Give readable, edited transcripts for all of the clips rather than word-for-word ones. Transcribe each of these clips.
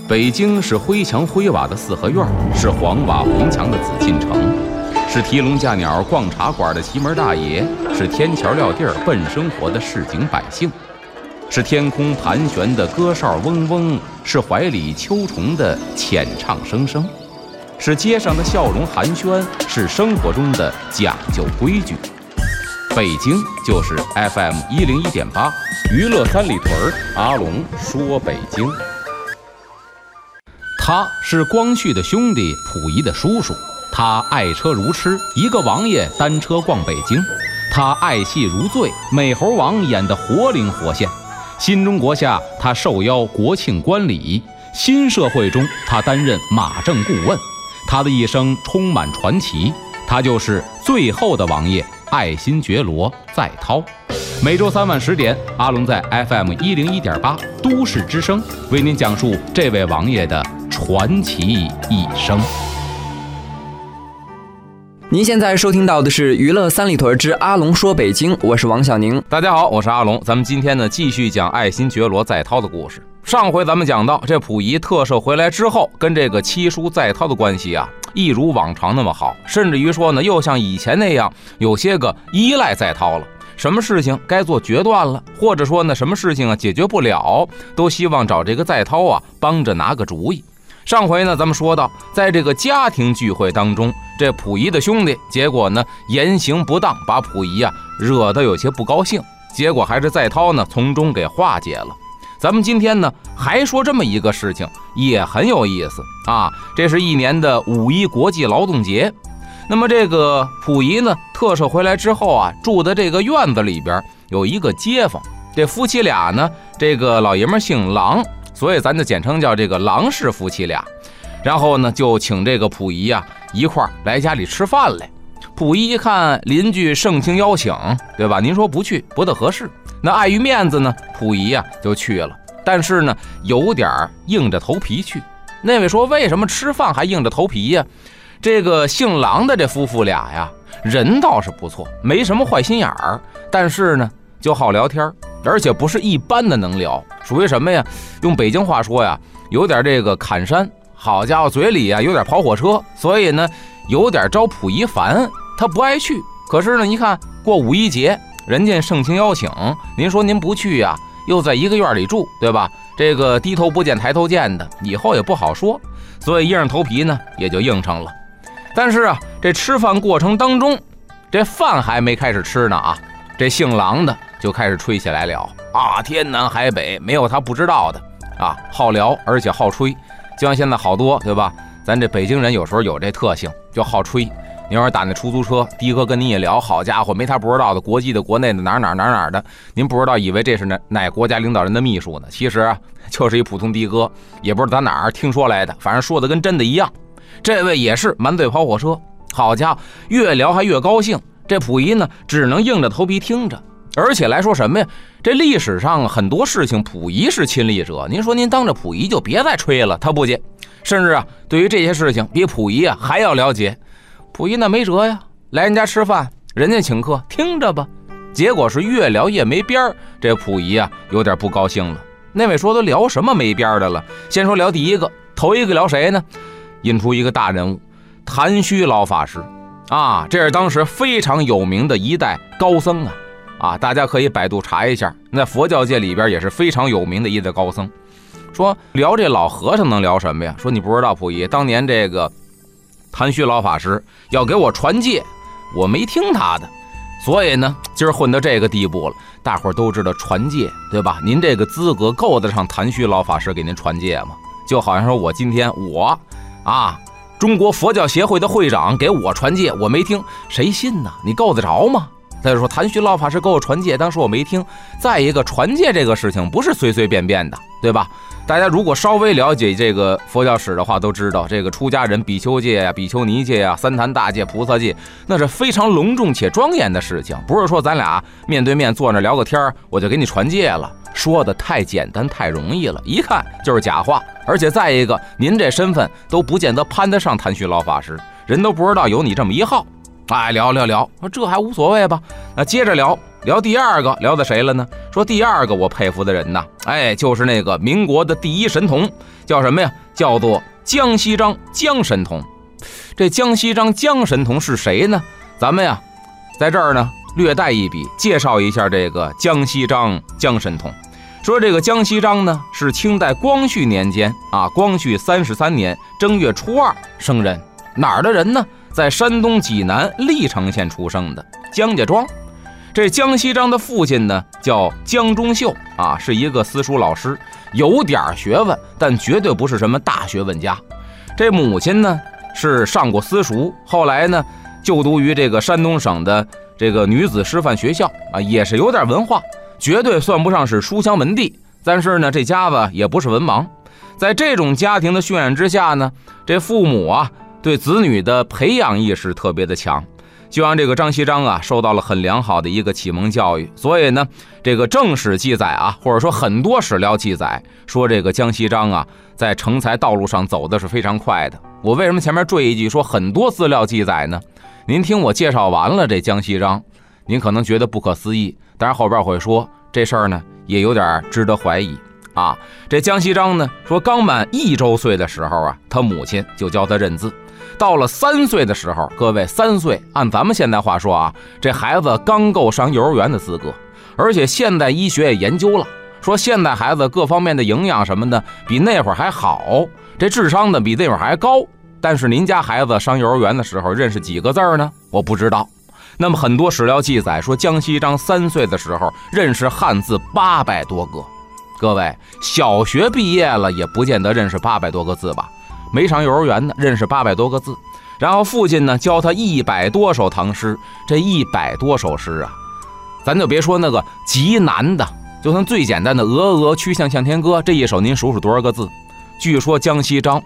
北京是灰墙灰瓦的四合院，是黄瓦红墙的紫禁城，是提笼架鸟逛茶馆的奇门大爷，是天桥撂地儿奔生活的市井百姓，是天空盘旋的歌哨嗡嗡，是怀里秋虫的浅唱声声，是街上的笑容寒暄，是生活中的讲究规矩。北京就是 FM101.8 娱乐三里屯，阿龙说北京。他是光绪的兄弟，溥仪的叔叔。他爱车如痴，一个王爷单车逛北京。他爱戏如醉，美猴王演得活灵活现。新中国下，他受邀国庆观礼；新社会中，他担任马政顾问。他的一生充满传奇，他就是最后的王爷，爱新觉罗载涛。每周3晚10点，阿龙在 FM101.8 都市之声为您讲述这位王爷的传奇一生。 您现在收听到的是娱乐三里屯之阿龙说北京，我是王小宁。 大家好，我是阿龙。咱们今天呢继续讲爱新觉罗载涛的故事。上回咱们讲到，这溥仪特赦回来之后，跟这个七叔载涛的关系啊，一如往常那么好，甚至于说呢，又像以前那样，有些个依赖载涛了。什么事情该做决断了，或者说呢，什么事情啊解决不了，都希望找这个载涛啊帮着拿个主意。上回呢，咱们说到，在这个家庭聚会当中，这溥仪的兄弟结果呢言行不当，把溥仪啊惹得有些不高兴，结果还是载涛呢从中给化解了。咱们今天呢还说这么一个事情，也很有意思啊。这是一年的5·1国际劳动节。那么这个溥仪呢特赦回来之后啊，住的这个院子里边有一个街坊，这夫妻俩呢，这个老爷们姓郎，所以咱就简称叫这个郎氏夫妻俩。然后呢就请这个溥仪啊一块来家里吃饭来。溥仪一看邻居盛情邀请，对吧？您说不去不大合适，那碍于面子呢，溥仪啊就去了。但是呢有点硬着头皮去。那位说为什么吃饭还硬着头皮呀？这个姓郎的这夫妇俩呀，人倒是不错，没什么坏心眼儿，但是呢就好聊天，而且不是一般的能聊，属于什么呀？用北京话说呀，有点这个侃山，好家伙，嘴里啊有点跑火车，所以呢有点招溥仪烦，他不爱去。可是呢一看过5·1节，人家盛情邀请，您说您不去呀，又在一个院里住，对吧？这个低头不见抬头见的，以后也不好说，所以硬着头皮呢也就应承了。但是啊，这吃饭过程当中，这饭还没开始吃呢啊，这姓郎的就开始吹起来了啊，天南海北没有他不知道的啊，好聊而且好吹，就像现在好多，对吧？咱这北京人有时候有这特性，就好吹。你要是打那出租车，的哥跟您一聊，好家伙，没他不知道的，国际的、国内的，哪的，您不知道，以为这是哪国家领导人的秘书呢？其实啊，就是一普通的哥，也不知道咱哪儿听说来的，反正说的跟真的一样。这位也是满嘴跑火车，好家伙，越聊还越高兴。这溥仪呢，只能硬着头皮听着。而且来说什么呀？这历史上很多事情，溥仪是亲历者。您说您当着溥仪就别再吹了，他不接。甚至啊，对于这些事情，比溥仪啊还要了解。溥仪那没辙呀，来人家吃饭，人家请客，听着吧。结果是越聊越没边儿，这溥仪啊有点不高兴了。那位说都聊什么没边的了？先说聊第一个，头一个聊谁呢？引出一个大人物，谭虚老法师啊，这是当时非常有名的一代高僧啊，大家可以百度查一下，在佛教界里边也是非常有名的一代高僧。说聊这老和尚能聊什么呀？说你不知道溥仪当年这个谭虚老法师要给我传戒，我没听他的，所以呢今儿混到这个地步了。大伙儿都知道传戒，对吧？您这个资格够得上谭虚老法师给您传戒吗？就好像说我今天中国佛教协会的会长给我传戒，我没听，谁信呢？你够得着吗？再就说谭虚老法师给我传戒，当时我没听。再一个，传戒这个事情不是随随便便的，对吧？大家如果稍微了解这个佛教史的话，都知道这个出家人比丘戒呀、比丘尼戒呀、三坛大戒、菩萨戒，那是非常隆重且庄严的事情，不是说咱俩面对面坐那聊个天我就给你传戒了，说的太简单太容易了，一看就是假话。而且再一个，您这身份都不见得攀得上谭虚老法师，人都不知道有你这么一号。聊，说这还无所谓吧？那接着聊， 聊第二个，聊的谁了呢？说第二个我佩服的人呐，就是那个民国的第一神童，叫什么呀？叫做江西章江神童。这江西章江神童是谁呢？咱们呀，在这儿呢略带一笔，介绍一下这个江西章江神童。说这个江西章呢，是清代光绪年间光绪33年正月初2生人。哪儿的人呢？在山东济南历城县出生的江家庄。这江西章的父亲呢叫江中秀是一个私塾老师，有点学问，但绝对不是什么大学问家。这母亲呢是上过私塾，后来呢就读于这个山东省的这个女子师范学校也是有点文化，绝对算不上是书香门第，但是呢这家子也不是文盲。在这种家庭的渲染之下呢，这父母对子女的培养意识特别的强，就让这个张锡章受到了很良好的一个启蒙教育。所以呢这个正史记载或者说很多史料记载说这个江锡章在成才道路上走的是非常快的。我为什么前面赘一句说很多资料记载呢？您听我介绍完了这江锡章，您可能觉得不可思议，但是后边会说这事儿呢也有点值得怀疑这江锡章呢说刚满1周岁的时候他母亲就教他认字。到了3岁的时候，各位3岁，按咱们现代话说这孩子刚够上幼儿园的资格。而且现代医学也研究了，说现代孩子各方面的营养什么的比那会儿还好，这智商呢比那会儿还高。但是您家孩子上幼儿园的时候认识几个字呢？我不知道。那么很多史料记载说江锡章3岁的时候认识汉字800多个。各位，小学毕业了也不见得认识800多个字吧？没上幼儿园呢，认识800多个字。然后父亲呢教他100多首唐诗。这100多首诗咱就别说那个极难的，就算最简单的鹅鹅曲项向天歌，这一首您数数多少个字？据说江锡章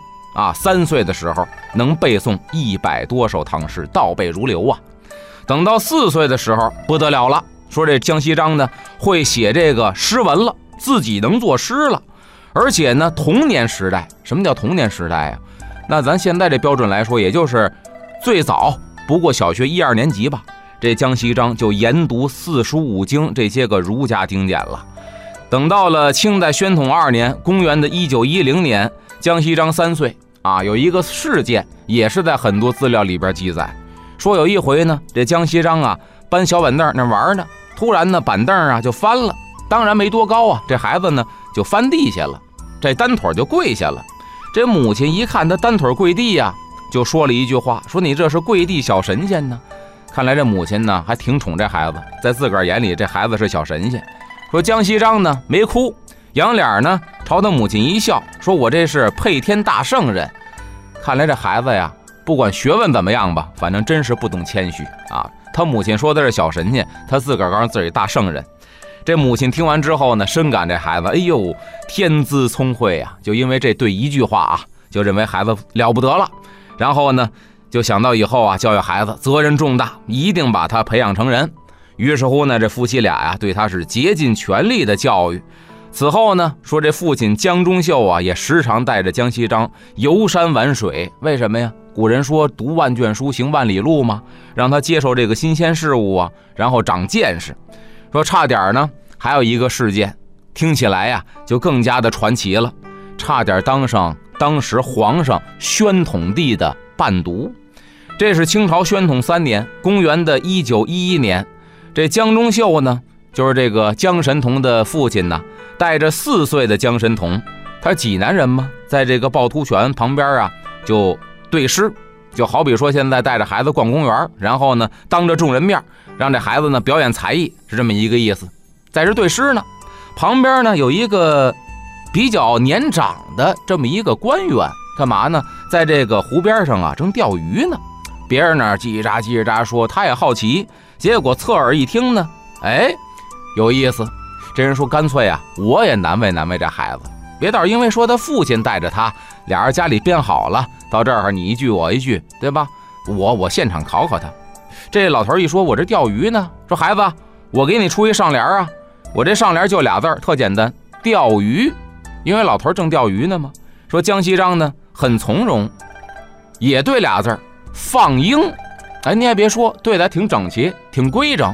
3岁的时候能背诵100多首唐诗，倒背如流等到4岁的时候不得了了，说这江锡章呢会写这个诗文了，自己能作诗了。而且呢童年时代，什么叫童年时代那咱现在这标准来说，也就是最早不过小学1、2年级吧，这江锡章就研读4书5经这些个儒家经典了。等到了清代宣统2年，公元的1910年，江锡章3岁有一个事件也是在很多资料里边记载，说有一回呢，这江锡章搬小板凳那玩呢，突然呢板凳就翻了，当然没多高这孩子呢就翻地下了，这单腿就跪下了。这母亲一看他单腿跪地就说了一句话，说你这是跪地小神仙呢。看来这母亲呢还挺宠这孩子，在自个儿眼里这孩子是小神仙。说江锡章呢没哭，仰脸呢朝他母亲一笑，说我这是配天大圣人。看来这孩子不管学问怎么样吧，反正真是不懂谦虚他母亲说的是小神仙，他自个儿告诉自己大圣人。这母亲听完之后呢，深感这孩子天资聪慧就因为这对一句话就认为孩子了不得了。然后呢就想到以后教育孩子责任重大，一定把他培养成人。于是乎呢，这夫妻俩对他是竭尽全力的教育。此后呢，说这父亲江中秀也时常带着江锡章游山玩水。为什么呀？古人说读万卷书行万里路嘛，让他接受这个新鲜事物然后长见识。说差点呢还有一个事件，听起来就更加的传奇了，差点当上当时皇上宣统帝的伴读。这是清朝宣统3年，公元的1911年，这江中秀呢就是这个江神童的父亲呢，带着4岁的江神童，他是济南人嘛，在这个趵突泉旁边就对诗，就好比说现在带着孩子逛公园，然后呢当着众人面让这孩子呢表演才艺，是这么一个意思。在这对诗呢，旁边呢有一个比较年长的这么一个官员，干嘛呢？在这个湖边上正钓鱼呢。别人那叽喳叽喳说，他也好奇，结果侧耳一听呢，有意思。这人说干脆我也难为难为这孩子，别到因为说他父亲带着他，俩人家里编好了，到这儿你一句我一句，对吧？我现场考考他。这老头一说，我这钓鱼呢，说孩子，我给你出一上联我这上联就俩字特简单，钓鱼。因为老头正钓鱼呢嘛。说江锡章呢很从容，也对俩字放鹰。你还别说，对的挺整齐挺规整。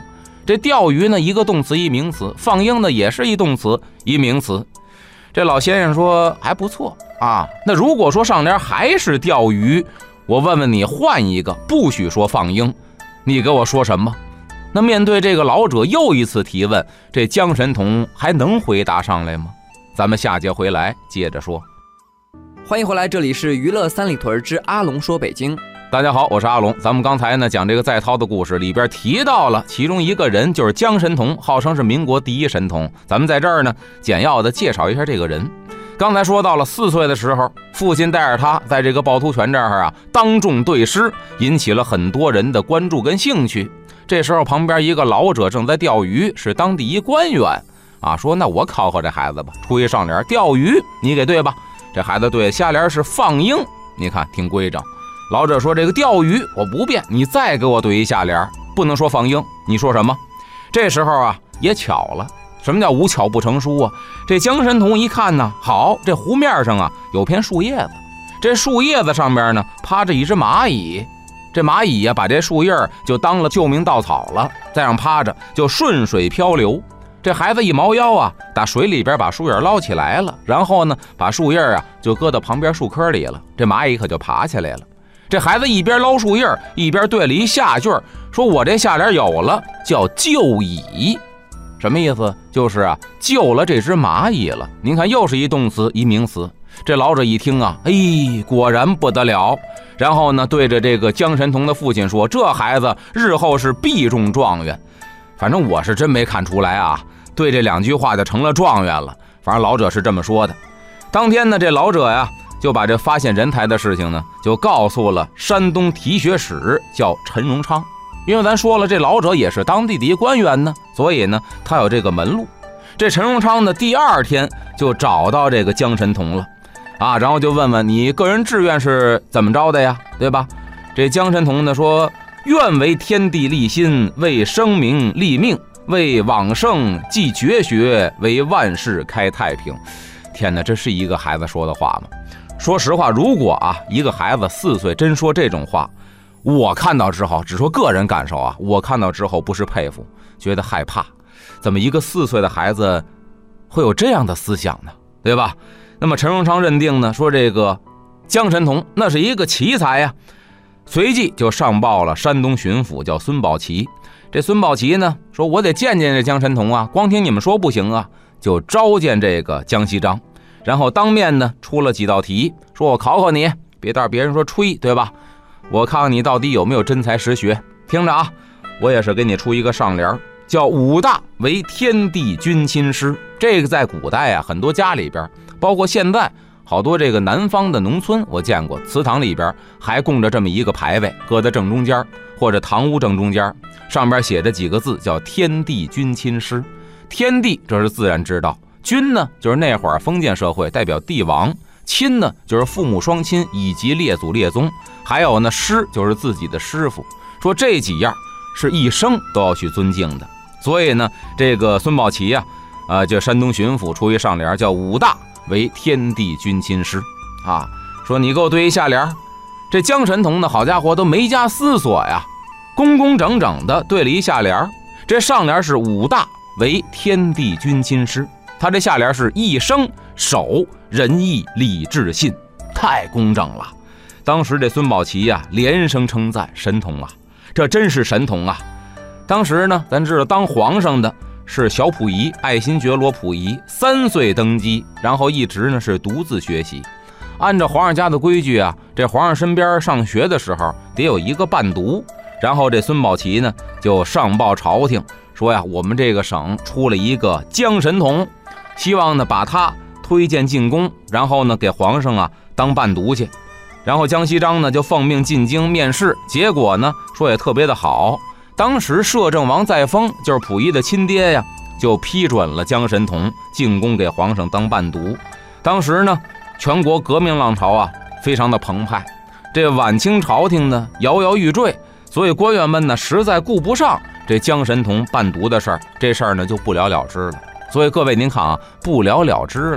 这钓鱼呢，一个动词一名词，放鹰呢也是一动词一名词。这老先生说还不错啊。那如果说上联还是钓鱼，我问问你，换一个，不许说放鹰，你给我说什么？那面对这个老者又一次提问，这江神童还能回答上来吗？咱们下节回来接着说。 欢迎回来，这里是娱乐三里屯之阿龙说北京。 大家好，我是阿龙。咱们刚才呢讲这个在涛的故事里边提到了其中一个人，就是江神童，号称是民国第一神童。咱们在这儿呢简要的介绍一下这个人。刚才说到了4岁的时候，父亲带着他在这个趵突泉这儿啊当众对诗，引起了很多人的关注跟兴趣。这时候旁边一个老者正在钓鱼，是当地一官员啊，说那我考考这孩子吧，出一上联钓鱼你给对吧？这孩子对，下联是放鹰，你看挺规整。老者说这个钓鱼我不变，你再给我对一下联，不能说放鹰，你说什么？这时候啊也巧了，什么叫无巧不成书啊？这江神童一看呢，好，这湖面上啊有片树叶子，这树叶子上面呢趴着一只蚂蚁，这蚂蚁啊把这树叶就当了救命稻草了，再让趴着就顺水漂流。这孩子一猫腰啊，打水里边把树叶捞起来了，然后呢把树叶啊就搁到旁边树坑里了，这蚂蚁可就爬起来了。这孩子一边捞树叶一边对了一下句，说我这下联有了，叫救蚁。什么意思？就是啊救了这只蚂蚁了。您看又是一动词一名词。这老者一听啊，果然不得了。然后呢对着这个江神童的父亲说，这孩子日后是必中状元。反正我是真没看出来啊，对这2句话就成了状元了。反正老者是这么说的。当天呢这老者呀就把这发现人才的事情呢就告诉了山东提学使，叫陈荣昌。因为咱说了这老者也是当地的一官员呢，所以呢他有这个门路。这陈荣昌呢第2天就找到这个江神童了啊，然后就问问你个人志愿是怎么着的呀，对吧？这江神童呢说，愿为天地立心，为生民立命，为往圣继绝学，为万世开太平。天哪，这是一个孩子说的话吗？说实话，如果啊一个孩子4岁真说这种话，我看到之后，只说个人感受啊，我看到之后不是佩服，觉得害怕。怎么一个4岁的孩子会有这样的思想呢？对吧？那么陈荣昌认定呢，说这个江神童那是一个奇才呀，随即就上报了山东巡抚，叫孙宝琦。这孙宝琦呢说，我得见见这江神童啊，光听你们说不行啊，就召见这个江锡章，然后当面呢出了几道题，说我考考你，别到别人说吹，对吧？我看看你到底有没有真才实学。听着啊，我也是给你出一个上联，叫武大为天地君亲师。这个在古代啊很多家里边，包括现在好多这个南方的农村，我见过祠堂里边还供着这么一个牌位，搁在正中间，或者堂屋正中间，上边写着几个字，叫天地君亲师。天地这是自然之道，君呢就是那会儿封建社会代表帝王，亲呢就是父母双亲以及列祖列宗，还有呢师就是自己的师傅。说这几样是一生都要去尊敬的。所以呢这个孙宝琦啊，就山东巡抚出一上联，叫武大为天地君亲师啊，说你给我对一下联。这江神童呢，好家伙都没加思索呀，工工整整的对了一下联。这上联是武大为天地君亲师，他这下联是一生守仁义礼智信，太工整了。当时这孙宝琦呀连声称赞，神童啊，这真是神童啊。当时呢咱知道当皇上的是小溥仪，爱新觉罗溥仪，3岁登基，然后一直呢是独自学习。按照皇上家的规矩啊，这皇上身边上学的时候得有一个伴读。然后这孙宝琦呢就上报朝廷说呀，我们这个省出了一个江神童，希望呢把他推荐进宫，然后呢给皇上啊当伴读去。然后江锡章呢就奉命进京面试，结果呢说也特别的好。当时摄政王载沣就是溥仪的亲爹呀，就批准了江神童进宫给皇上当伴读。当时呢全国革命浪潮啊非常的澎湃，这晚清朝廷呢摇摇欲坠，所以官员们呢实在顾不上这江神童伴读的事儿，这事儿呢就不了了之了。所以各位您看啊，不了了之了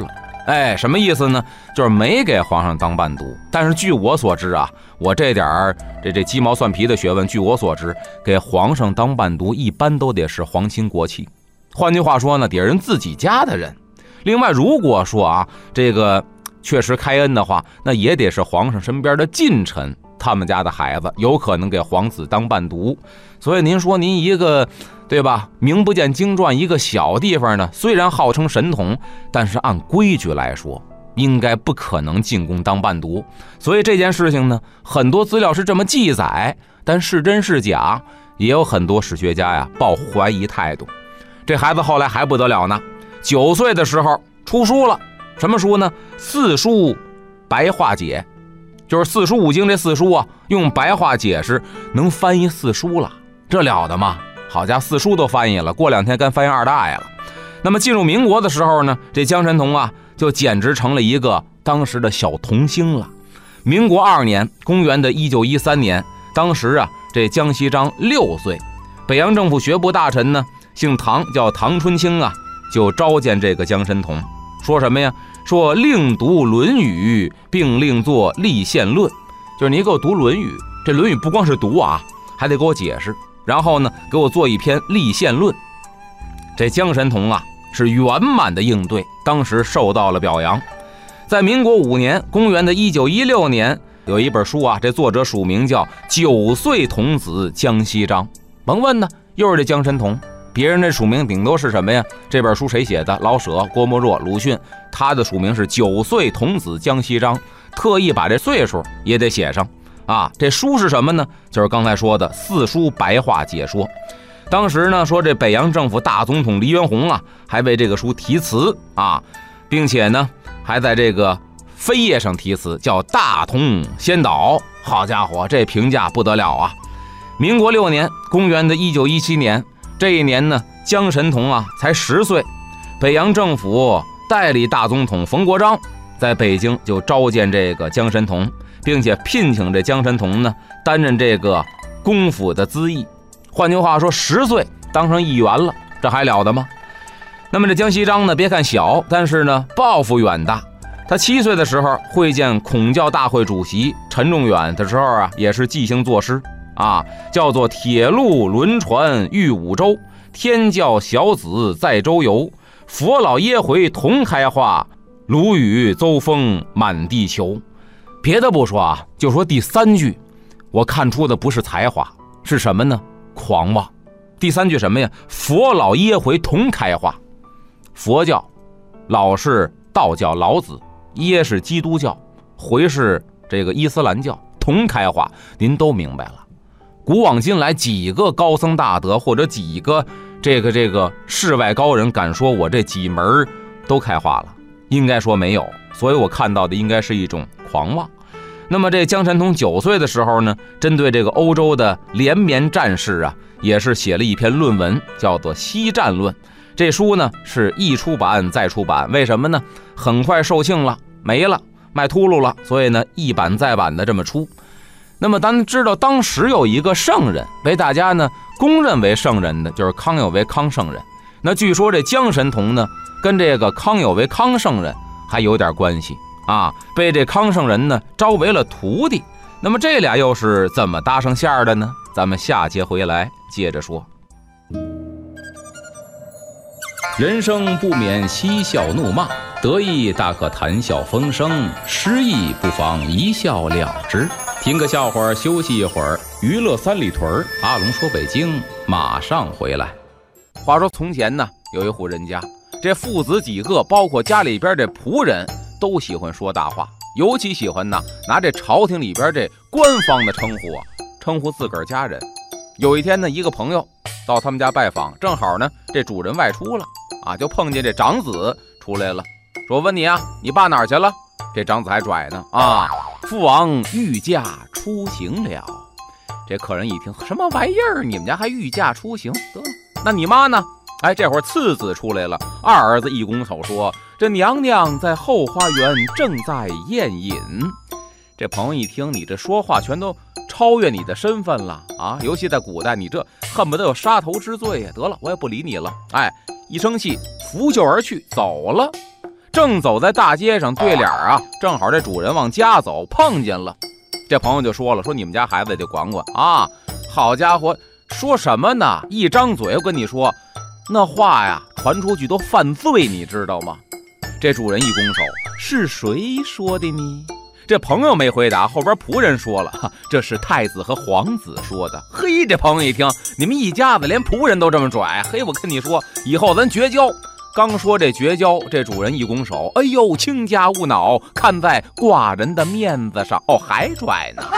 什么意思呢？就是没给皇上当伴读。但是据我所知啊，我这点儿这鸡毛蒜皮的学问，据我所知，给皇上当伴读一般都得是皇亲国戚，换句话说呢，得人自己家的人。另外，如果说啊这个确实开恩的话，那也得是皇上身边的近臣，他们家的孩子有可能给皇子当伴读。所以您说您一个对吧，名不见经传一个小地方呢，虽然号称神童，但是按规矩来说应该不可能进宫当伴读。所以这件事情呢，很多资料是这么记载，但是真是假，也有很多史学家呀抱怀疑态度。这孩子后来还不得了呢，9岁的时候出书了。什么书呢？四书白话解，就是四书五经这四书啊，用白话解释，能翻译四书了，这了得吗？好家伙，四书都翻译了，过2天该翻译2大爷了。那么进入民国的时候呢，这江神童啊就简直成了一个当时的小童星了。民国2年，公元的1913年，当时啊这江西章6岁，北洋政府学部大臣呢姓唐，叫唐春清啊，就召见这个江神童，说什么呀？说令读《论语》，并令作立宪论，就是你给我读《论语》，这《论语》不光是读啊，还得给我解释，然后呢给我做一篇立宪论。这江神童啊是圆满的应对，当时受到了表扬。在民国5年，公元的1916年，有一本书啊，这作者署名叫9岁童子江西章。甭问呢，又是这江神童。别人这署名顶多是什么呀？这本书谁写的？老舍、郭沫若、鲁迅。他的署名是9岁童子江西章，特意把这岁数也得写上啊。这书是什么呢？就是刚才说的四书白话解说。当时呢，说这北洋政府大总统黎元洪啊，还为这个书题词啊，并且呢，还在这个扉页上题词，叫大同先导。好家伙，这评价不得了啊！民国6年，公元的1917年。这一年呢，江神童啊才10岁，北洋政府代理大总统冯国璋在北京就召见这个江神童，并且聘请这江神童呢担任这个公府的咨议。换句话说，10岁当上议员了，这还了得吗？那么这江西章呢，别看小，但是呢抱负远大。他7岁的时候会见孔教大会主席陈仲远的时候啊，也是即兴作诗啊，叫做铁路轮船遇五洲，天教小子在周游，佛老耶回同开化，鲁语邹风满地球。别的不说啊，就说第3句，我看出的不是才华，是什么呢？狂妄。第3句什么呀？佛老耶回同开化。佛教，老是道教老子，耶是基督教，回是这个伊斯兰教，同开化，您都明白了。古往今来，几个高僧大德或者几个这个世外高人敢说我这几门都开化了？应该说没有，所以我看到的应该是一种狂妄。那么这江神童9岁的时候呢，针对这个欧洲的连绵战事啊，也是写了一篇论文，叫做《西战论》。这书呢是一出版再出版，为什么呢？很快售罄了，没了，卖秃噜了，所以呢一版再版的这么出。那么咱知道当时有一个圣人被大家呢公认为圣人的，就是康有为康圣人。那据说这江神童呢跟这个康有为康圣人还有点关系啊，被这康圣人呢招为了徒弟。那么这俩又是怎么搭上线的呢？咱们下节回来接着说。人生不免嬉笑怒骂，得意大可谈笑风生，失意不妨一笑了之。听个笑话休息一会儿，娱乐三里屯，阿龙说北京马上回来。话说从前呢，有一户人家，这父子几个包括家里边这仆人都喜欢说大话，尤其喜欢呢拿这朝廷里边这官方的称呼啊称呼自个儿家人。有一天呢，一个朋友到他们家拜访，正好呢这主人外出了啊，就碰见这长子出来了，说问你啊，你爸哪儿去了？这长子还拽呢啊，父王御驾出行了。这客人一听，什么玩意儿？你们家还御驾出行？得了，那你妈呢？哎，这会儿次子出来了，二儿子一拱手说，这娘娘在后花园正在宴饮。这朋友一听，你这说话全都超越你的身份了啊！尤其在古代，你这恨不得有杀头之罪呀！得了，我也不理你了。哎，一生气，拂袖而去，走了。 正走在大街上，对脸啊，正好这主人往家走，碰见了。这朋友就说了，说你们家孩子也得管管啊。好家伙，说什么呢？一张嘴我跟你说，那话呀传出去都犯罪，你知道吗？这主人一拱手，是谁说的呢？这朋友没回答，后边仆人说了，这是太子和皇子说的。嘿，这朋友一听，你们一家子连仆人都这么拽，嘿，我跟你说，以后咱绝交。刚说这绝交，这主人一拱手，哎呦，卿家勿恼，看在寡人的面子上。哦，还拽呢。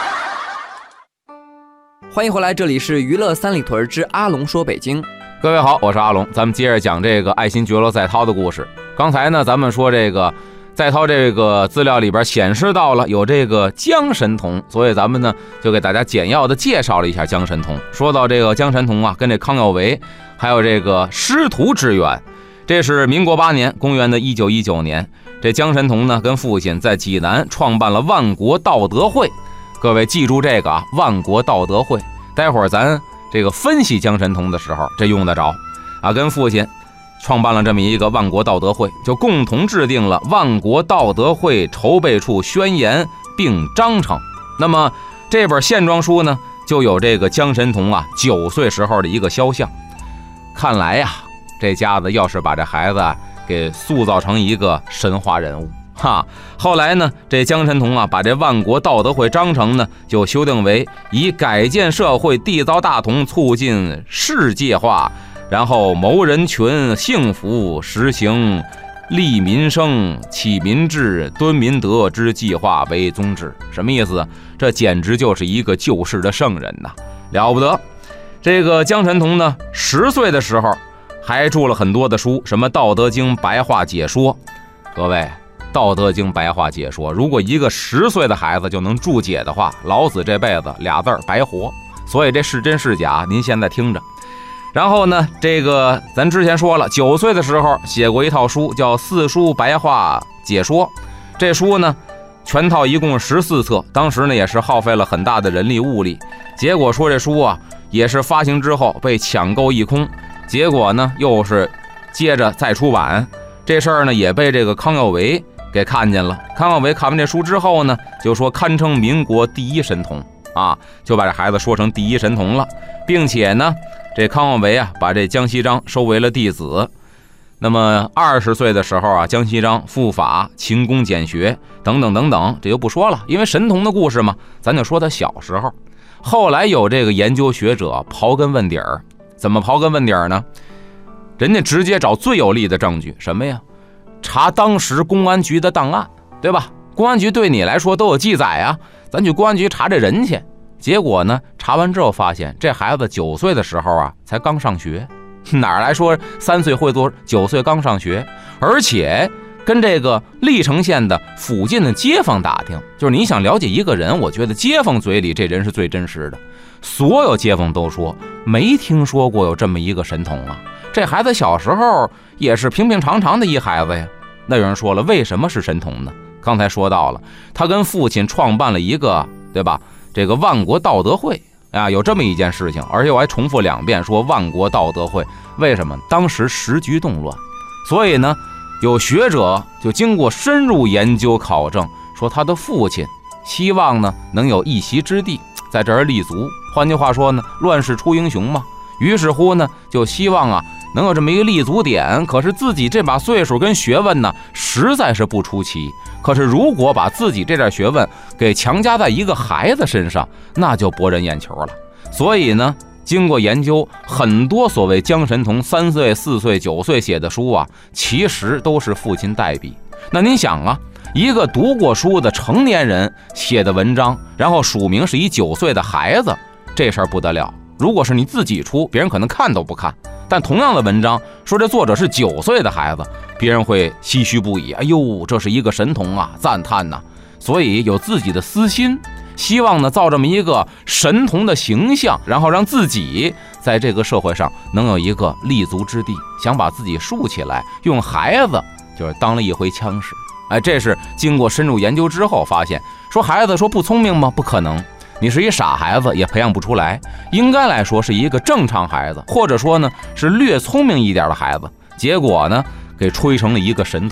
欢迎回来，这里是娱乐三里屯之阿龙说北京。 各位好，我是阿龙，咱们接着讲这个爱新觉罗在涛的故事。刚才呢，咱们说这个在涛这个资料里边显示到了有这个江神童，所以咱们呢就给大家简要的介绍了一下江神童。说到这个江神童啊，跟这康有为还有这个师徒之缘。这是民国8年，公元的1919年，这江神童呢跟父亲在济南创办了万国道德会。各位记住这个啊，万国道德会，待会儿咱这个分析江神童的时候，这用得着啊。跟父亲创办了这么一个万国道德会，就共同制定了万国道德会筹备处宣言并章程。那么这本线状书呢，就有这个江神童啊9岁时候的一个肖像。看来呀，这家子要是把这孩子给塑造成一个神话人物哈。后来呢，这江神童啊，把这万国道德会章程呢，就修订为以改建社会、缔造大同、促进世界化，然后谋人群、幸福，实行利民生、启民治、敦民德之计划为宗旨。什么意思？这简直就是一个救世的圣人呐，了不得。这个江神童呢，10岁的时候还著了很多的书，什么《道德经》白话解说。各位，《道德经》白话解说，如果一个10岁的孩子就能注解的话，老子这辈子俩字白活。所以这是真是假，您现在听着。然后呢，这个咱之前说了，9岁的时候写过一套书，叫《四书白话解说》。这书呢，全套一共14册，当时呢也是耗费了很大的人力物力。结果说这书啊，也是发行之后被抢购一空。结果呢，又是接着再出版，这事儿呢也被这个康有为给看见了。康有为看完这书之后呢，就说堪称民国第一神童啊，就把这孩子说成第一神童了，并且呢，这康有为啊，把这江锡章收为了弟子。那么20岁的时候啊，江锡章赴法勤工俭学等等等等，这就不说了，因为神童的故事嘛，咱就说他小时候。后来有这个研究学者刨根问底儿。怎么刨根问底呢？人家直接找最有力的证据，什么呀？查当时公安局的档案，对吧？公安局对你来说都有记载啊，咱去公安局查这人去。结果呢，查完之后发现这孩子9岁的时候啊，才刚上学，哪来说3岁会做，9岁刚上学，而且跟这个历城县的附近的街坊打听，就是你想了解一个人，我觉得街坊嘴里这人是最真实的。所有街坊都说没听说过有这么一个神童啊，这孩子小时候也是平平常常的一孩子呀。那有人说了，为什么是神童呢？刚才说到了，他跟父亲创办了一个，对吧？这个万国道德会啊，有这么一件事情，而且我还重复2遍说万国道德会。为什么？当时时局动乱，所以呢，有学者就经过深入研究考证，说他的父亲希望呢能有一席之地在这儿立足。换句话说呢，乱世出英雄嘛。于是乎呢，就希望啊能有这么一个立足点。可是自己这把岁数跟学问呢，实在是不出奇。可是如果把自己这点学问给强加在一个孩子身上，那就博人眼球了。所以呢，经过研究，很多所谓江神童3岁、4岁、9岁写的书啊，其实都是父亲代笔。那您想啊，一个读过书的成年人写的文章，然后署名是一9岁的孩子，这事儿不得了。如果是你自己出，别人可能看都不看。但同样的文章，说这作者是9岁的孩子，别人会唏嘘不已。哎呦，这是一个神童啊，赞叹呐。所以有自己的私心，希望呢造这么一个神童的形象，然后让自己在这个社会上能有一个立足之地，想把自己竖起来，用孩子就是当了一回枪使。哎，这是经过深入研究之后发现，说孩子说不聪明吗？不可能，你是一傻孩子也培养不出来，应该来说是一个正常孩子，或者说呢是略聪明一点的孩子，结果呢给吹成了一个神童。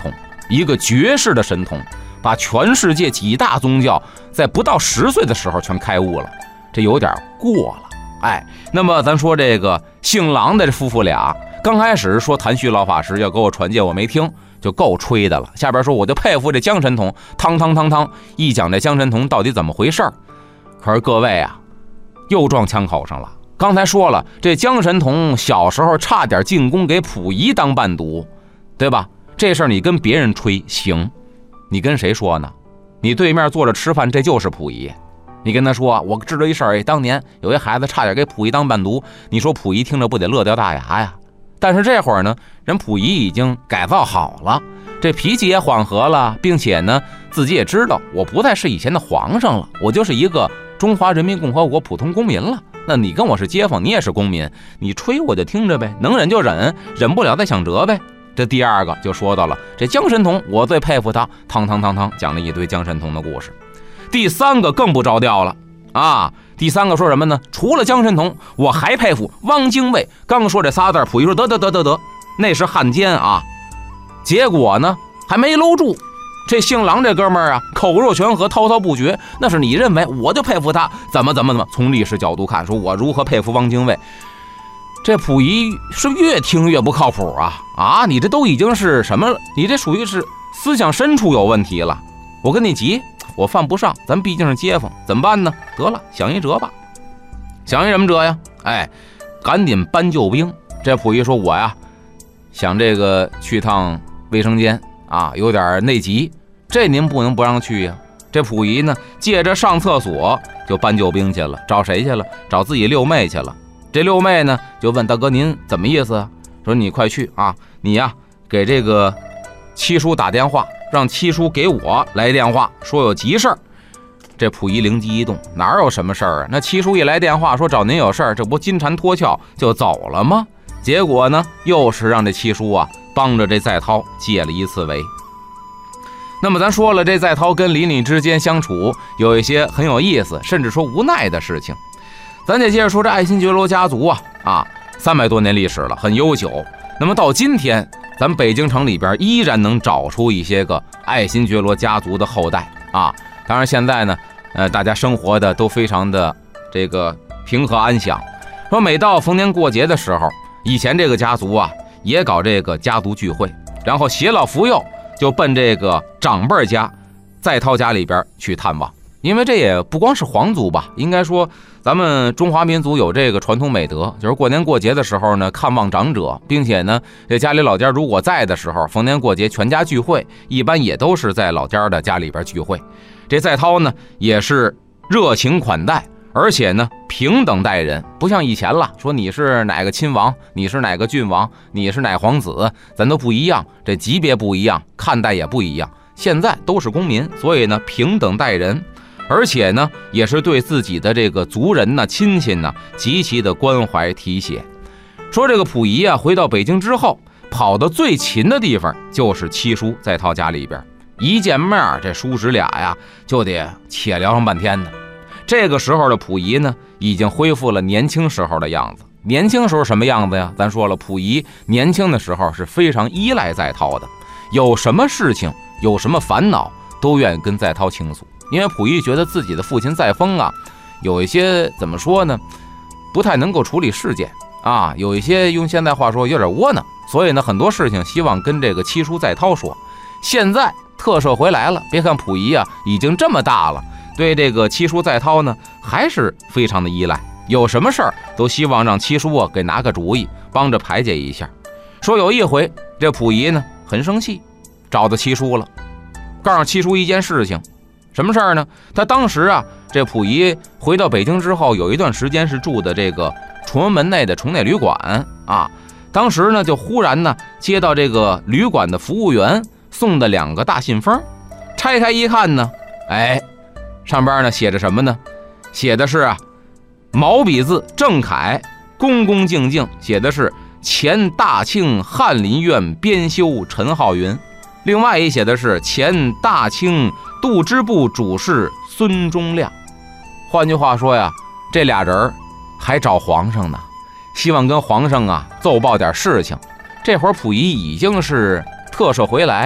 一个绝世的神童，把全世界几大宗教在不到10岁的时候全开悟了，这有点过了。那么咱说这个姓郎的这夫妇俩，刚开始说谭旭老法师要给我传戒，我没听，就够吹的了。下边说我就佩服这姜神童，汤一讲这姜神童到底怎么回事儿。可是各位啊，又撞枪口上了。刚才说了，这姜神童小时候差点进宫给溥仪当伴读，对吧？这事儿你跟别人吹行，你跟谁说呢？你对面坐着吃饭，这就是溥仪。你跟他说我知道一事儿，当年有一孩子差点给溥仪当伴读，你说溥仪听着不得乐掉大牙呀？但是这会儿呢，人溥仪已经改造好了，这脾气也缓和了，并且呢自己也知道我不再是以前的皇上了，我就是一个中华人民共和国普通公民了。那你跟我是街坊，你也是公民，你吹我就听着呗，能忍就忍，忍不了再想辙呗。这第二个就说到了这姜神童，我最佩服他，汤讲了一堆姜神童的故事。第三个更不着调了啊！第三个说什么呢？除了姜神童，我还佩服汪精卫。刚说这仨字，溥仪说得，那是汉奸啊！结果呢，还没搂住。这姓郎这哥们儿啊，口若悬河，滔滔不绝。那是你认为，我就佩服他，怎么？从历史角度看，说我如何佩服汪精卫。这溥仪是越听越不靠谱啊！你这都已经是什么了？你这属于是思想深处有问题了。我跟你急，我犯不上，咱毕竟是街坊，怎么办呢？得了，想一辙吧。想一什么辙呀？赶紧搬救兵。这溥仪说，我呀想这个去趟卫生间啊，有点内急，这您不能不让去呀。这溥仪呢，借着上厕所就搬救兵去了，找谁去了？找自己六妹去了。这六妹呢就问大哥，您怎么意思啊？说你快去啊，你呀给这个七叔打电话，让七叔给我来电话，说有急事儿。这溥仪灵机一动，哪有什么事儿啊？那七叔一来电话说找您有事儿，这不金蝉脱壳就走了吗？结果呢，又是让这七叔啊帮着这载涛解了一次围。那么咱说了，这载涛跟李女之间相处有一些很有意思，甚至说无奈的事情。咱得接着说这爱新觉罗家族啊，300多年历史了，很悠久。那么到今天，咱北京城里边依然能找出一些个爱新觉罗家族的后代啊。当然现在呢，大家生活的都非常的这个平和安详。说每到逢年过节的时候，以前这个家族啊也搞这个家族聚会，然后携老扶幼就奔这个长辈家载涛家里边去探望。因为这也不光是皇族吧，应该说咱们中华民族有这个传统美德，就是过年过节的时候呢看望长者，并且呢这家里老家如果在的时候，逢年过节全家聚会，一般也都是在老家的家里边聚会。这载涛呢也是热情款待，而且呢平等待人，不像以前了，说你是哪个亲王，你是哪个郡王，你是哪皇子，咱都不一样，这级别不一样，看待也不一样。现在都是公民，所以呢平等待人，而且呢也是对自己的这个族人呢亲戚呢极其的关怀提携。说这个溥仪啊回到北京之后，跑得最勤的地方就是七叔载涛家里边，一见面这叔侄俩呀就得且聊上半天呢。这个时候的溥仪呢已经恢复了年轻时候的样子。年轻时候什么样子呀？咱说了，溥仪年轻的时候是非常依赖载涛的，有什么事情有什么烦恼都愿意跟载涛倾诉。因为溥仪觉得自己的父亲载沣啊有一些怎么说呢，不太能够处理事件啊，有一些用现代话说有点窝囊，所以呢很多事情希望跟这个七叔载涛说。现在特赦回来了，别看溥仪啊已经这么大了，对这个七叔载涛呢还是非常的依赖，有什么事儿都希望让七叔啊给拿个主意，帮着排解一下。说有一回这溥仪呢很生气，找到七叔了，告诉七叔一件事情。什么事儿呢？他当时啊这溥仪回到北京之后，有一段时间是住的这个崇文门内的崇内旅馆啊。当时呢就忽然呢接到这个旅馆的服务员送的2个大信封，拆开一看呢，上边呢写着什么呢？写的是毛笔字正楷，恭恭敬敬，写的是前大清翰林院编修陈浩云。另外一写的是前大清度支部主事孙中亮。换句话说呀，这俩人还找皇上呢，希望跟皇上奏报点事情。这会儿溥仪已经是特赦回来，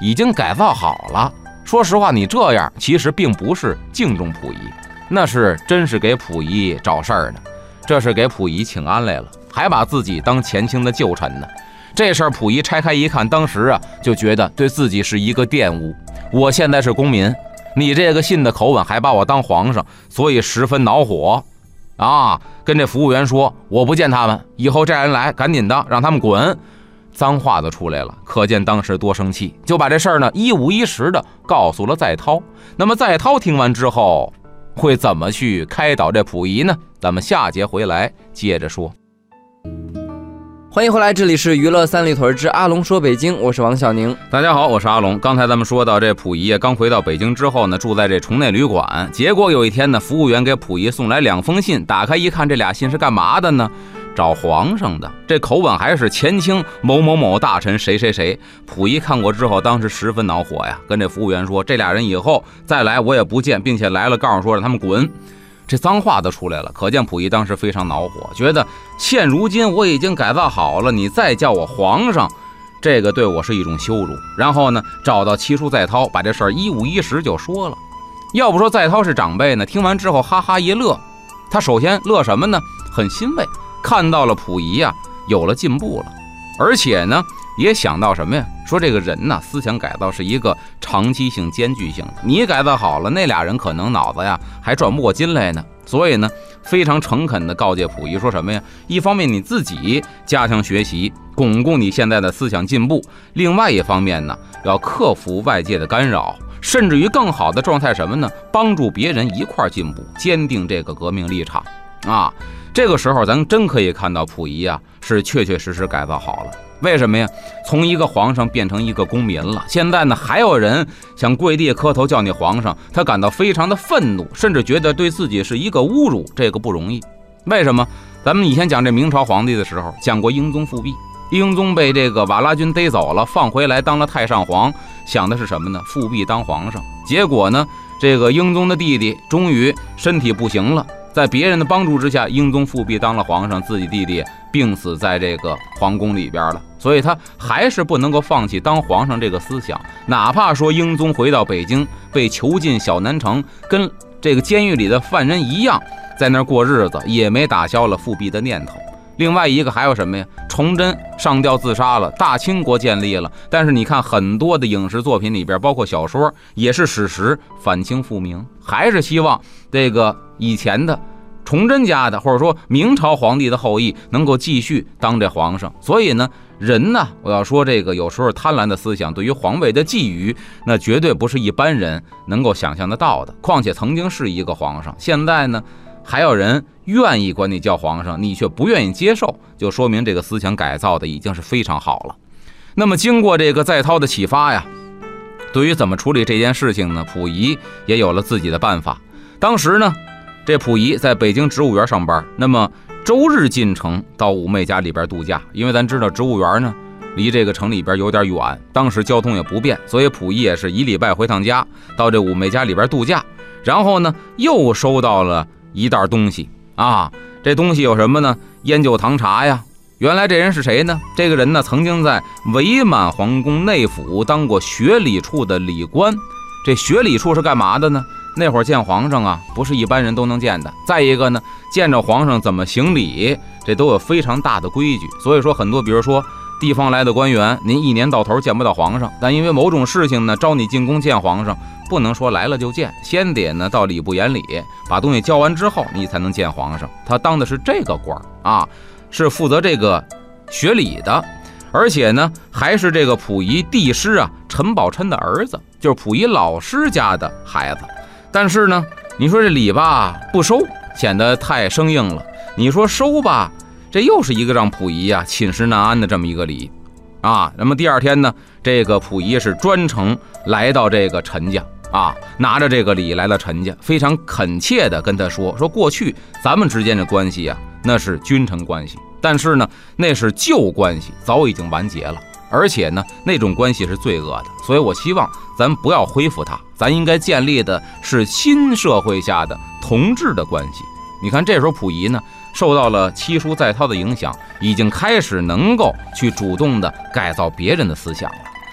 已经改造好了。说实话，你这样其实并不是敬重溥仪，那是真是给溥仪找事儿呢，这是给溥仪请安来了，还把自己当前清的旧臣呢。这事儿溥仪拆开一看，当时啊就觉得对自己是一个玷污。我现在是公民，你这个信的口吻还把我当皇上，所以十分恼火啊！跟这服务员说，我不见他们，以后这人来赶紧的让他们滚。脏话都出来了，可见当时多生气，就把这事儿呢一五一十的告诉了载涛。那么载涛听完之后会怎么去开导这溥仪呢？咱们下节回来接着说。 欢迎回来，这里是娱乐三里屯之阿龙说北京，我是王小宁。 大家好，我是阿龙。刚才咱们说到这溥仪刚回到北京之后呢，住在这重内旅馆，结果有一天呢，服务员给溥仪送来2封信，打开一看，这俩信是干嘛的呢？找皇上的，这口吻还是前清某某某大臣谁谁谁。溥仪看过之后，当时十分恼火呀，跟这服务员说，这俩人以后再来我也不见，并且来了告诉说让他们滚。这脏话都出来了，可见溥仪当时非常恼火，觉得现如今我已经改造好了，你再叫我皇上，这个对我是一种羞辱。然后呢，找到七叔载涛，把这事儿一五一十就说了。要不说载涛是长辈呢，听完之后哈哈一乐。他首先乐什么呢？很欣慰，看到了溥仪啊有了进步了，而且呢也想到什么呀？说这个人呢，思想改造是一个长期性、艰巨性的。你改造好了，那俩人可能脑子呀还转不过筋来呢。所以呢，非常诚恳地告诫溥仪说什么呀？一方面你自己加强学习，巩固你现在的思想进步；另外一方面呢，要克服外界的干扰，甚至于更好的状态什么呢？帮助别人一块进步，坚定这个革命立场啊！这个时候，咱真可以看到溥仪啊是确确实实改造好了。为什么呀？从一个皇上变成一个公民了。现在呢，还有人想跪地磕头叫你皇上，他感到非常的愤怒，甚至觉得对自己是一个侮辱，这个不容易。为什么？咱们以前讲这明朝皇帝的时候，讲过英宗复辟，英宗被这个瓦剌军逮走了，放回来当了太上皇，想的是什么呢？复辟当皇上。结果呢，这个英宗的弟弟终于身体不行了，在别人的帮助之下，英宗复辟当了皇上，自己弟弟病死在这个皇宫里边了。所以他还是不能够放弃当皇上这个思想，哪怕说英宗回到北京被囚禁小南城，跟这个监狱里的犯人一样，在那儿过日子，也没打消了复辟的念头。另外一个还有什么呀？崇祯上吊自杀了，大清国建立了，但是你看很多的影视作品里边，包括小说，也是史实反清复明，还是希望这个以前的崇祯家的或者说明朝皇帝的后裔能够继续当这皇上。所以呢，人呢，我要说这个有时候贪婪的思想对于皇位的觊觎，那绝对不是一般人能够想象得到的。况且曾经是一个皇上，现在呢还有人愿意管你叫皇上，你却不愿意接受，就说明这个思想改造的已经是非常好了。那么经过这个载涛的启发呀，对于怎么处理这件事情呢，溥仪也有了自己的办法。当时呢，这溥仪在北京植物园上班，那么周日进城到五妹家里边度假，因为咱知道植物园呢离这个城里边有点远，当时交通也不便，所以溥仪也是一礼拜回趟家，到这五妹家里边度假。然后呢，又收到了一袋东西啊，这东西有什么呢？烟酒糖茶呀。原来这人是谁呢？这个人呢，曾经在伪满皇宫内府当过学礼处的礼官。这学礼处是干嘛的呢？那会儿见皇上啊，不是一般人都能见的。再一个呢，见着皇上怎么行礼，这都有非常大的规矩。所以说很多，比如说地方来的官员，您一年到头见不到皇上，但因为某种事情呢，招你进宫见皇上，不能说来了就见，先得呢到礼部眼里把东西交完之后，你才能见皇上。他当的是这个官啊，是负责这个学礼的，而且呢还是这个溥仪帝师啊陈宝琛的儿子，就是溥仪老师家的孩子。但是呢，你说这礼吧不收，显得太生硬了；你说收吧，这又是一个让溥仪啊寝食难安的这么一个礼啊。那么第二天呢，这个溥仪是专程来到这个陈家啊，拿着这个礼来了陈家，非常恳切的跟他说过去咱们之间的关系啊，那是君臣关系，但是呢，那是旧关系，早已经完结了。而且呢，那种关系是罪恶的，所以我希望咱不要恢复它，咱应该建立的是新社会下的同治的关系。你看这时候溥仪呢受到了七叔载涛的影响，已经开始能够去主动的改造别人的思想了。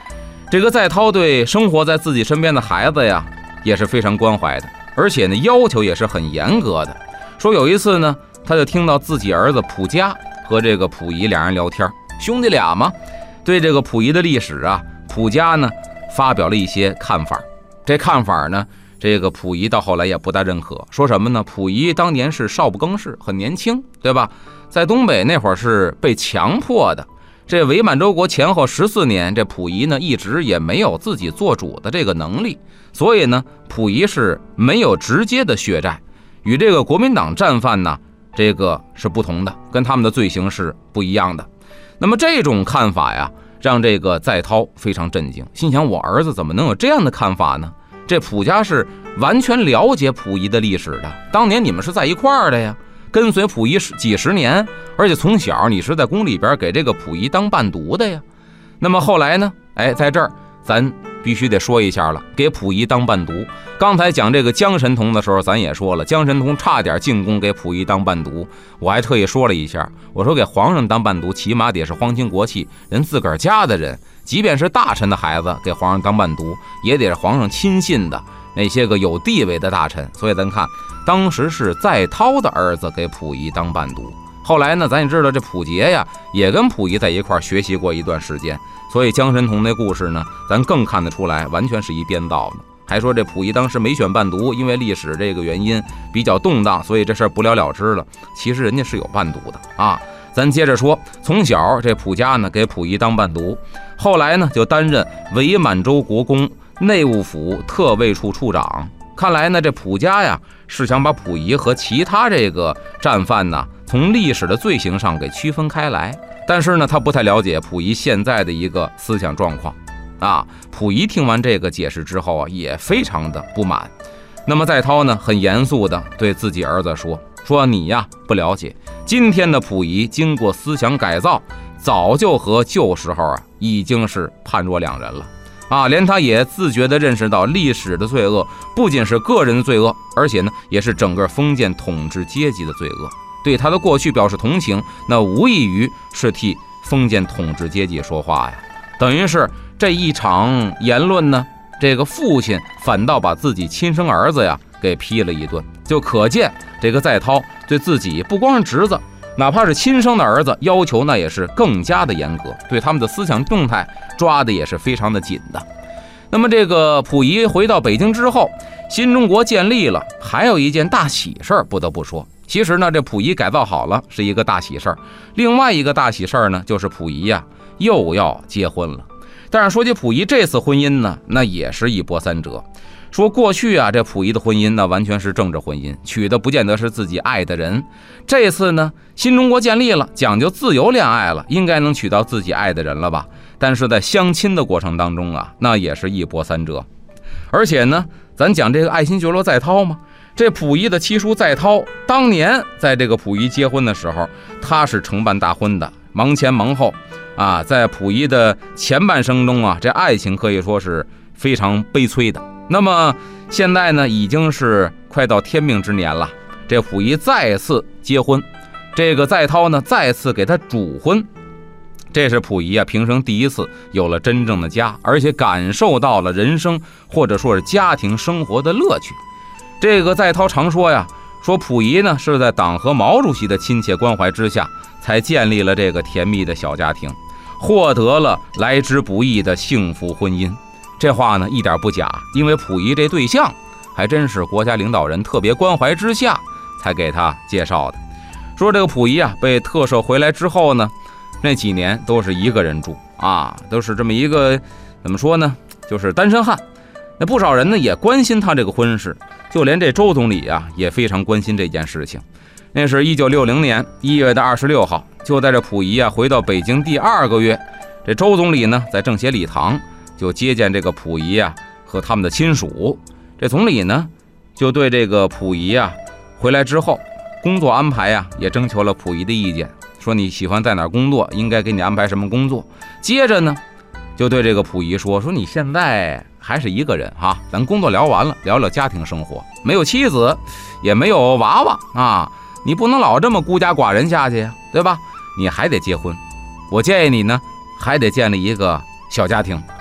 这个在涛对生活在自己身边的孩子呀也是非常关怀的，而且呢要求也是很严格的。说有一次呢，他就听到自己儿子溥家和这个溥仪俩人聊天，兄弟俩嘛，对这个溥仪的历史啊，溥家呢发表了一些看法。这看法呢，这个溥仪到后来也不大认可，说什么呢？溥仪当年是少不更事，很年轻，对吧？在东北那会儿是被强迫的。这伪满洲国前后14年，这溥仪呢一直也没有自己做主的这个能力，所以呢，溥仪是没有直接的血债，与这个国民党战犯呢，这个是不同的，跟他们的罪行是不一样的。那么这种看法呀，让这个在涛非常震惊，心想我儿子怎么能有这样的看法呢？这溥家是完全了解溥仪的历史的，当年你们是在一块儿的呀，跟随溥仪几十年，而且从小你是在宫里边给这个溥仪当伴读的呀。那么后来呢，在这儿咱必须得说一下了，给溥仪当伴读。刚才讲这个江神童的时候，咱也说了，江神童差点进宫给溥仪当伴读，我还特意说了一下，我说给皇上当伴读，起码得是皇亲国戚，人自个儿家的人，即便是大臣的孩子给皇上当伴读，也得是皇上亲信的那些个有地位的大臣。所以咱看，当时是在涛的儿子给溥仪当伴读。后来呢，咱也知道这溥杰呀，也跟溥仪在一块儿学习过一段时间，所以江神童那故事呢，咱更看得出来，完全是一编造的。还说这溥仪当时没选伴读，因为历史这个原因比较动荡，所以这事儿不了了之了。其实人家是有伴读的啊。咱接着说，从小这溥家呢给溥仪当伴读，后来呢就担任伪满洲国公内务府特卫处处长。看来呢，这溥家呀是想把溥仪和其他这个战犯呢从历史的罪行上给区分开来，但是呢，他不太了解溥仪现在的一个思想状况啊。溥仪听完这个解释之后啊，也非常的不满。那么在涛呢，很严肃的对自己儿子说你呀不了解，今天的溥仪经过思想改造，早就和旧时候啊已经是判若两人了啊。连他也自觉地认识到，历史的罪恶不仅是个人的罪恶，而且呢，也是整个封建统治阶级的罪恶。对他的过去表示同情，那无异于是替封建统治阶级说话呀。等于是这一场言论呢，这个父亲反倒把自己亲生儿子呀给批了一顿，就可见这个在涛对自己不光是侄子，哪怕是亲生的儿子，要求那也是更加的严格，对他们的思想动态抓的也是非常的紧的。那么这个溥仪回到北京之后，新中国建立了，还有一件大喜事儿不得不说。其实呢，这溥仪改造好了是一个大喜事儿，另外一个大喜事儿呢，就是溥仪呀又要结婚了。但是说起溥仪这次婚姻呢，那也是一波三折。说过去啊，这溥仪的婚姻呢完全是政治婚姻，娶的不见得是自己爱的人。这次呢，新中国建立了，讲究自由恋爱了，应该能娶到自己爱的人了吧？但是在相亲的过程当中啊，那也是一波三折。而且呢，咱讲这个爱新觉罗在涛嘛，这溥仪的七叔在涛当年在这个溥仪结婚的时候，他是承办大婚的，忙前忙后啊。在溥仪的前半生中啊，这爱情可以说是非常悲催的。那么现在呢，已经是快到天命之年了，这溥仪再次结婚，这个在涛呢再次给他主婚。这是溥仪啊平生第一次有了真正的家，而且感受到了人生或者说是家庭生活的乐趣。这个在涛常说呀，说溥仪呢是在党和毛主席的亲切关怀之下，才建立了这个甜蜜的小家庭，获得了来之不易的幸福婚姻。这话呢一点不假，因为溥仪这对象还真是国家领导人特别关怀之下才给他介绍的。说这个溥仪啊被特赦回来之后呢，那几年都是一个人住啊，都是这么一个怎么说呢，就是单身汉。那不少人呢也关心他这个婚事，就连这周总理啊也非常关心这件事情。那是1960年1月26号，就在这溥仪啊回到北京第2个月，这周总理呢在政协礼堂就接见这个溥仪啊和他们的亲属。这总理呢就对这个溥仪啊回来之后工作安排啊也征求了溥仪的意见，说你喜欢在哪儿工作，应该给你安排什么工作。接着呢就对这个溥仪说你现在还是一个人哈，咱工作聊完了，聊聊家庭生活，没有妻子也没有娃娃啊，你不能老这么孤家寡人下去呀，对吧？你还得结婚，我建议你呢还得建立一个小家庭。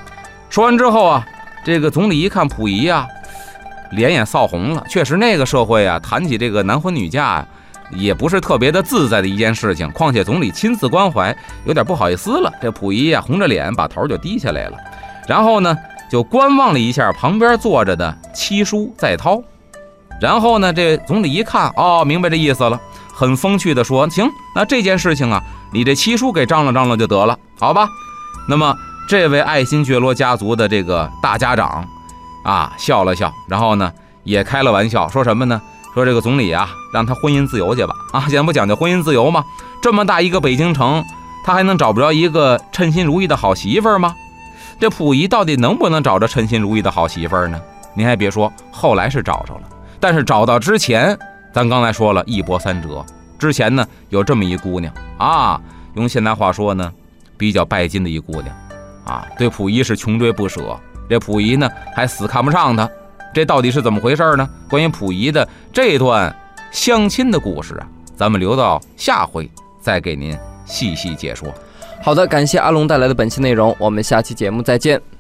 说完之后啊，这个总理一看溥仪啊，脸也臊红了。确实那个社会啊，谈起这个男婚女嫁也不是特别的自在的一件事情，况且总理亲自关怀，有点不好意思了。这溥仪啊，红着脸把头就低下来了，然后呢就观望了一下旁边坐着的七叔在涛。然后呢，这总理一看，哦，明白这意思了，很风趣的说，行，那这件事情啊，你这七叔给张罗张罗就得了，好吧？那么这位爱新觉罗家族的这个大家长啊，笑了笑，然后呢也开了玩笑，说什么呢？说这个总理啊，让他婚姻自由去吧。啊，现在不讲究婚姻自由吗？这么大一个北京城，他还能找不着一个称心如意的好媳妇儿吗？这溥仪到底能不能找着称心如意的好媳妇儿呢？您还别说，后来是找着了，但是找到之前，咱刚才说了一波三折。之前呢，有这么一姑娘啊，用现代话说呢，比较拜金的一姑娘啊，对溥仪是穷追不舍。这溥仪呢，还死看不上她。这到底是怎么回事呢？关于溥仪的这段相亲的故事啊，咱们留到下回再给您细细解说。 好的，感谢阿龙带来的本期内容，我们下期节目再见。